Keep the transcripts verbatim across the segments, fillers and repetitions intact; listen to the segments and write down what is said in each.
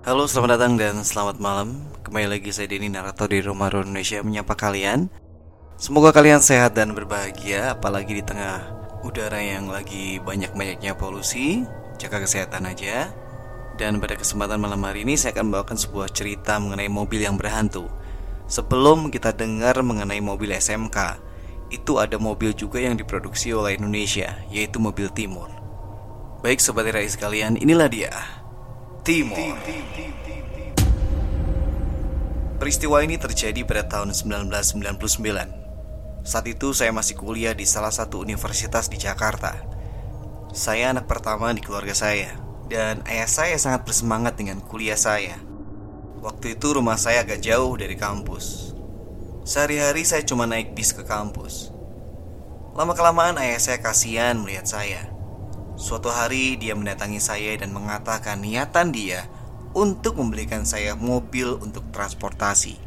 Halo, selamat datang dan selamat malam. Kembali lagi saya Denny, narator di Rumah Horor Indonesia menyapa kalian. Semoga kalian sehat dan berbahagia, apalagi di tengah udara yang lagi banyak-banyaknya polusi. Jaga kesehatan aja. Dan pada kesempatan malam hari ini saya akan membawakan sebuah cerita mengenai mobil yang berhantu. Sebelum kita dengar mengenai mobil S M K, itu ada mobil juga yang diproduksi oleh Indonesia, yaitu mobil Timur. Baik sobat Rai sekalian, inilah dia Timur. Peristiwa ini terjadi pada tahun seribu sembilan ratus sembilan puluh sembilan. Saat itu saya masih kuliah di salah satu universitas di Jakarta. Saya anak pertama di keluarga saya, dan ayah saya sangat bersemangat dengan kuliah saya. Waktu itu rumah saya agak jauh dari kampus. Sehari-hari saya cuma naik bis ke kampus. Lama-kelamaan ayah saya kasihan melihat saya. Suatu hari dia mendatangi saya dan mengatakan niatan dia untuk membelikan saya mobil untuk transportasi.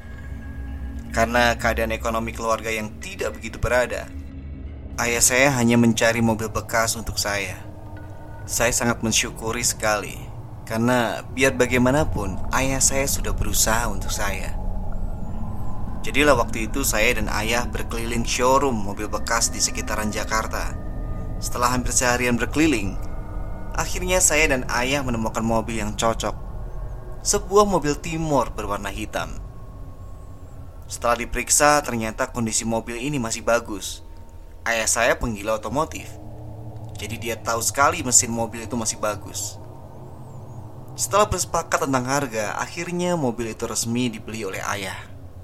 Karena keadaan ekonomi keluarga yang tidak begitu berada, ayah saya hanya mencari mobil bekas untuk saya. Saya sangat mensyukuri sekali, karena biar bagaimanapun ayah saya sudah berusaha untuk saya. Jadilah waktu itu saya dan ayah berkeliling showroom mobil bekas di sekitaran Jakarta. Setelah hampir seharian berkeliling, akhirnya saya dan ayah menemukan mobil yang cocok. Sebuah mobil Timur berwarna hitam. Setelah diperiksa, ternyata kondisi mobil ini masih bagus. Ayah saya penggila otomotif, jadi dia tahu sekali mesin mobil itu masih bagus. Setelah bersepakat tentang harga, akhirnya mobil itu resmi dibeli oleh ayah.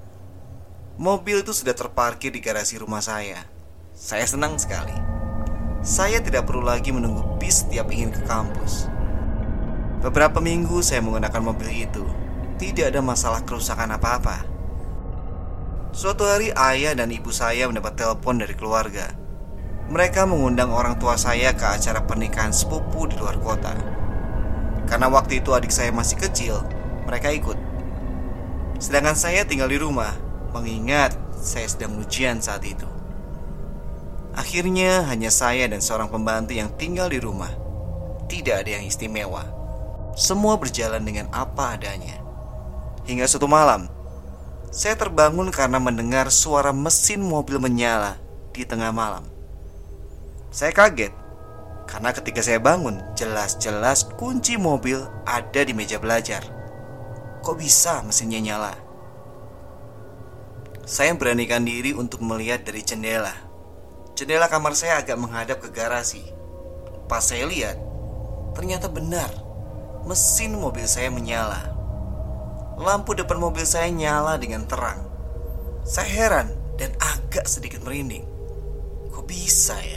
Mobil itu sudah terparkir di garasi rumah saya. Saya senang sekali. Saya tidak perlu lagi menunggu bis setiap ingin ke kampus. Beberapa minggu saya menggunakan mobil itu. Tidak ada masalah kerusakan apa-apa. Suatu hari ayah dan ibu saya mendapat telepon dari keluarga. Mereka mengundang orang tua saya ke acara pernikahan sepupu di luar kota. Karena waktu itu adik saya masih kecil, mereka ikut. Sedangkan saya tinggal di rumah, mengingat saya sedang ujian saat itu. Akhirnya hanya saya dan seorang pembantu yang tinggal di rumah. Tidak ada yang istimewa. Semua berjalan dengan apa adanya. Hingga suatu malam, saya terbangun karena mendengar suara mesin mobil menyala di tengah malam. Saya kaget, karena ketika saya bangun, jelas-jelas kunci mobil ada di meja belajar. Kok bisa mesinnya nyala? Saya beranikan diri untuk melihat dari jendela. Jendela kamar saya agak menghadap ke garasi. Pas saya lihat, ternyata benar, mesin mobil saya menyala. Lampu depan mobil saya nyala dengan terang. Saya heran dan agak sedikit merinding. Kok bisa ya?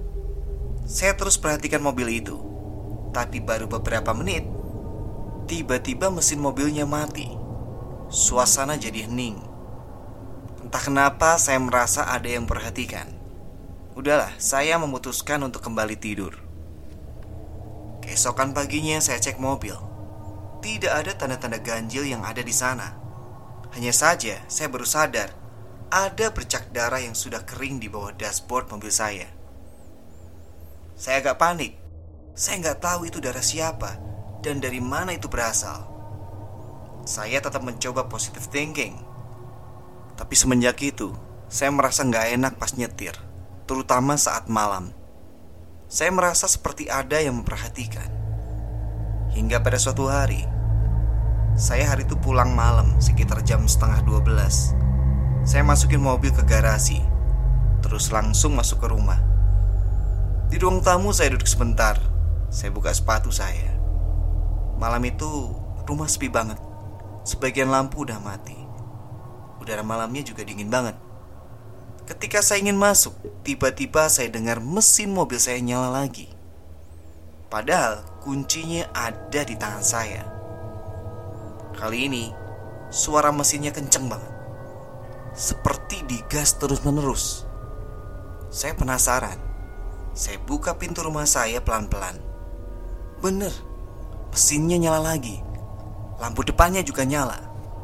Saya terus perhatikan mobil itu. Tapi baru beberapa menit, tiba-tiba mesin mobilnya mati. Suasana jadi hening. Entah kenapa saya merasa ada yang memperhatikan. Udahlah, saya memutuskan untuk kembali tidur. Keesokan paginya saya cek mobil. Tidak ada tanda-tanda ganjil yang ada di sana. Hanya saja saya baru sadar ada bercak darah yang sudah kering di bawah dashboard mobil saya. Saya agak panik. Saya nggak tahu itu darah siapa dan dari mana itu berasal. Saya tetap mencoba positive thinking. Tapi semenjak itu, saya merasa nggak enak pas nyetir, terutama saat malam. Saya merasa seperti ada yang memperhatikan. Hingga pada suatu hari, saya hari itu pulang malam sekitar jam setengah dua belas. Saya masukin mobil ke garasi, terus langsung masuk ke rumah. Di ruang tamu saya duduk sebentar. Saya buka sepatu saya. Malam itu rumah sepi banget. Sebagian lampu udah mati. Udara malamnya juga dingin banget. Ketika saya ingin masuk, tiba-tiba saya dengar mesin mobil saya nyala lagi. Padahal kuncinya ada di tangan saya. Kali ini suara mesinnya kenceng banget, seperti digas terus-menerus. Saya penasaran. Saya buka pintu rumah saya pelan-pelan. Bener, mesinnya nyala lagi. Lampu depannya juga nyala.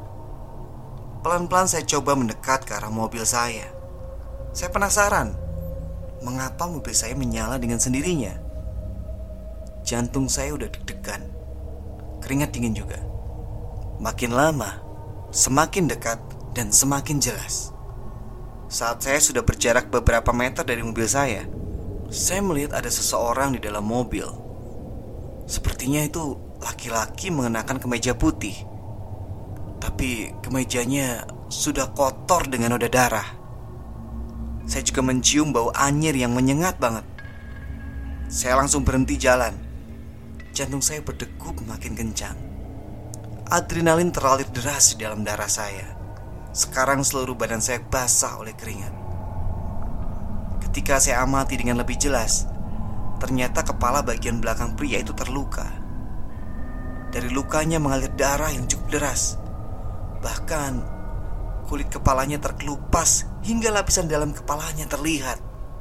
Pelan-pelan saya coba mendekat ke arah mobil saya. Saya penasaran, mengapa mobil saya menyala dengan sendirinya. Jantung saya udah deg-degan, keringat dingin juga. Makin lama, semakin dekat dan semakin jelas. Saat saya sudah berjarak beberapa meter dari mobil saya, saya melihat ada seseorang di dalam mobil. Sepertinya itu laki-laki mengenakan kemeja putih, tapi kemejanya sudah kotor dengan noda darah. Saya juga mencium bau anyir yang menyengat banget. Saya langsung berhenti jalan. Jantung saya berdegup makin kencang. Adrenalin teralir deras di dalam darah saya. Sekarang seluruh badan saya basah oleh keringat. Ketika saya amati dengan lebih jelas, ternyata kepala bagian belakang pria itu terluka. Dari lukanya mengalir darah yang cukup deras. Bahkan kulit kepalanya terkelupas hingga lapisan dalam kepalanya terlihat.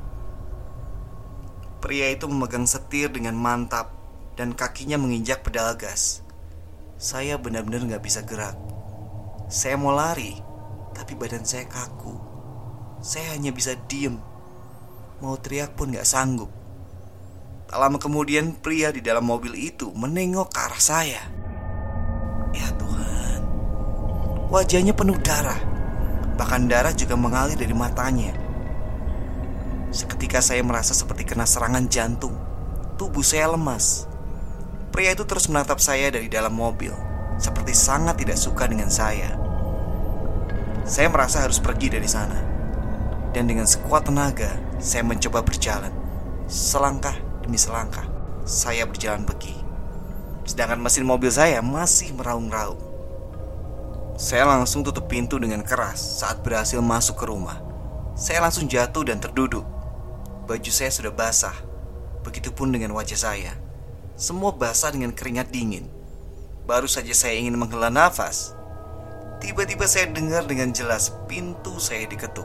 Pria itu memegang setir dengan mantap dan kakinya menginjak pedal gas. Saya benar-benar gak bisa gerak. Saya mau lari, tapi badan saya kaku. Saya hanya bisa diem. Mau teriak pun gak sanggup. Tak lama kemudian pria di dalam mobil itu menengok ke arah saya. Ya Tuhan, wajahnya penuh darah. Bahkan darah juga mengalir dari matanya. Seketika saya merasa seperti kena serangan jantung. Tubuh saya lemas. Pria itu terus menatap saya dari dalam mobil, seperti sangat tidak suka dengan saya. Saya merasa harus pergi dari sana. Dan dengan sekuat tenaga, saya mencoba berjalan. Selangkah demi selangkah, saya berjalan pergi. Sedangkan mesin mobil saya masih meraung-raung. Saya langsung tutup pintu dengan keras saat berhasil masuk ke rumah. Saya langsung jatuh dan terduduk. Baju saya sudah basah. Begitupun dengan wajah saya. Semua basah dengan keringat dingin. Baru saja saya ingin menghela nafas, tiba-tiba saya dengar dengan jelas pintu saya diketuk.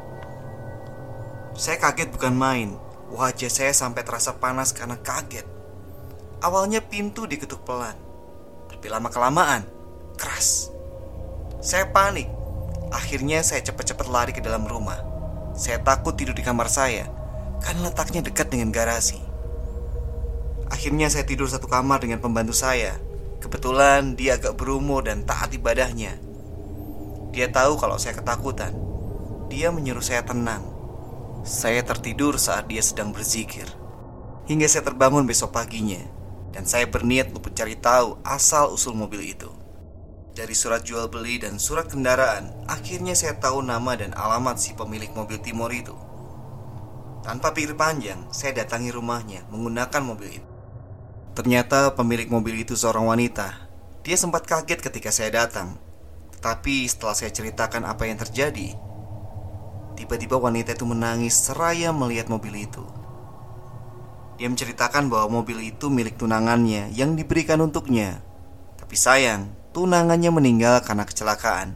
Saya kaget bukan main. Wajah saya sampai terasa panas karena kaget. Awalnya pintu diketuk pelan, tapi lama-kelamaan keras. Saya panik. Akhirnya saya cepat-cepat lari ke dalam rumah. Saya takut tidur di kamar saya karena letaknya dekat dengan garasi. Akhirnya saya tidur satu kamar dengan pembantu saya. Kebetulan dia agak berumur dan taat ibadahnya. Dia tahu kalau saya ketakutan. Dia menyuruh saya tenang. Saya tertidur saat dia sedang berzikir. Hingga saya terbangun besok paginya. Dan saya berniat untuk mencari tahu asal-usul mobil itu. Dari surat jual beli dan surat kendaraan, akhirnya saya tahu nama dan alamat si pemilik mobil Timor itu. Tanpa pikir panjang, saya datangi rumahnya menggunakan mobil itu. Ternyata pemilik mobil itu seorang wanita. Dia sempat kaget ketika saya datang. Tetapi setelah saya ceritakan apa yang terjadi, tiba-tiba wanita itu menangis seraya melihat mobil itu. Dia menceritakan bahwa mobil itu milik tunangannya yang diberikan untuknya. Tapi sayang, tunangannya meninggal karena kecelakaan.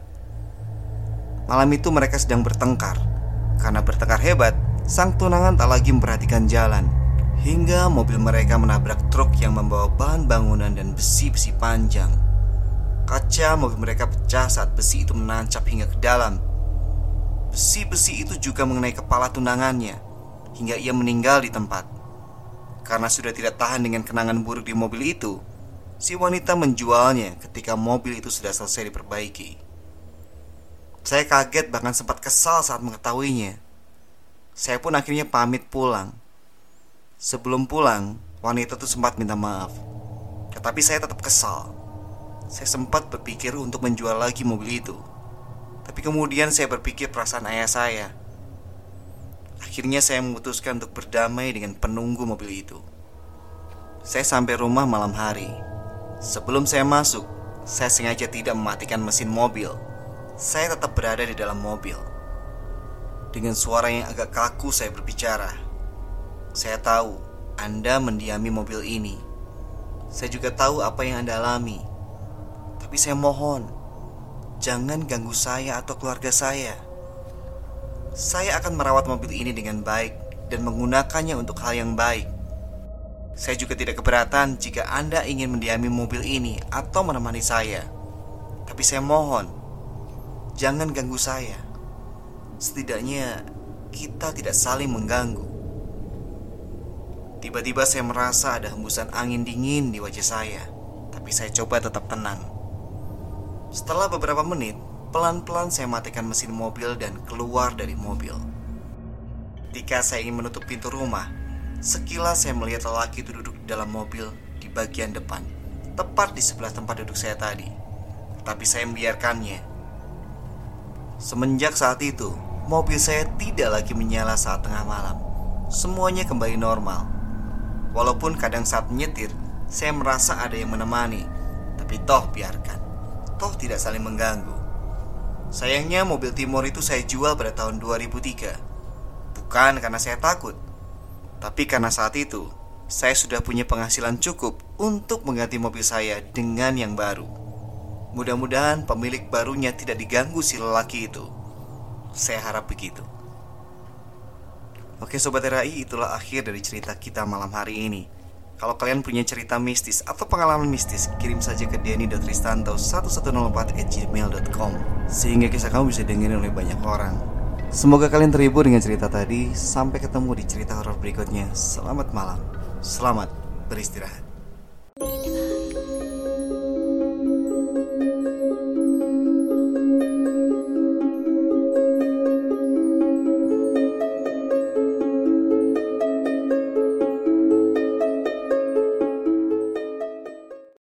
Malam itu mereka sedang bertengkar. Karena bertengkar hebat, sang tunangan tak lagi memperhatikan jalan, hingga mobil mereka menabrak truk yang membawa bahan bangunan dan besi-besi panjang. Kaca mobil mereka pecah saat besi itu menancap hingga ke dalam. Besi-besi itu juga mengenai kepala tunangannya, hingga ia meninggal di tempat. Karena sudah tidak tahan dengan kenangan buruk di mobil itu, si wanita menjualnya ketika mobil itu sudah selesai diperbaiki. Saya kaget bahkan sempat kesal saat mengetahuinya. Saya pun akhirnya pamit pulang. Sebelum pulang, wanita itu sempat minta maaf. Tetapi saya tetap kesal. Saya sempat berpikir untuk menjual lagi mobil itu. Tapi kemudian saya berpikir perasaan ayah saya. Akhirnya saya memutuskan untuk berdamai dengan penunggu mobil itu. Saya sampai rumah malam hari. Sebelum saya masuk, saya sengaja tidak mematikan mesin mobil. Saya tetap berada di dalam mobil. Dengan suara yang agak kaku saya berbicara. Saya tahu Anda mendiami mobil ini. Saya juga tahu apa yang Anda alami. Tapi saya mohon, jangan ganggu saya atau keluarga saya. Saya akan merawat mobil ini dengan baik dan menggunakannya untuk hal yang baik. Saya juga tidak keberatan jika Anda ingin mendiami mobil ini atau menemani saya. Tapi saya mohon, jangan ganggu saya. Setidaknya kita tidak saling mengganggu. Tiba-tiba saya merasa ada hembusan angin dingin di wajah saya. Tapi tapi saya coba tetap tenang. Setelah beberapa menit, pelan-pelan saya matikan mesin mobil dan keluar dari mobil. Ketika saya ingin menutup pintu rumah, sekilas saya melihat lelaki itu duduk di dalam mobil di bagian depan, tepat di sebelah tempat duduk saya tadi. Tapi saya membiarkannya. Semenjak saat itu, mobil saya tidak lagi menyala saat tengah malam. Semuanya kembali normal. Walaupun kadang saat menyetir, saya merasa ada yang menemani, tapi toh biarkan. Toh tidak saling mengganggu. Sayangnya mobil Timor itu saya jual pada tahun dua ribu tiga. Bukan karena saya takut, tapi karena saat itu saya sudah punya penghasilan cukup untuk mengganti mobil saya dengan yang baru. Mudah-mudahan pemilik barunya tidak diganggu si lelaki itu. Saya harap begitu. Oke Sobat R A I, itulah akhir dari cerita kita malam hari ini. Kalau kalian punya cerita mistis atau pengalaman mistis, kirim saja ke denny dot ristanto satu satu nol empat at gmail dot com, sehingga kisah kamu bisa dengerin oleh banyak orang. Semoga kalian terhibur dengan cerita tadi. Sampai ketemu di cerita horor berikutnya. Selamat malam. Selamat beristirahat.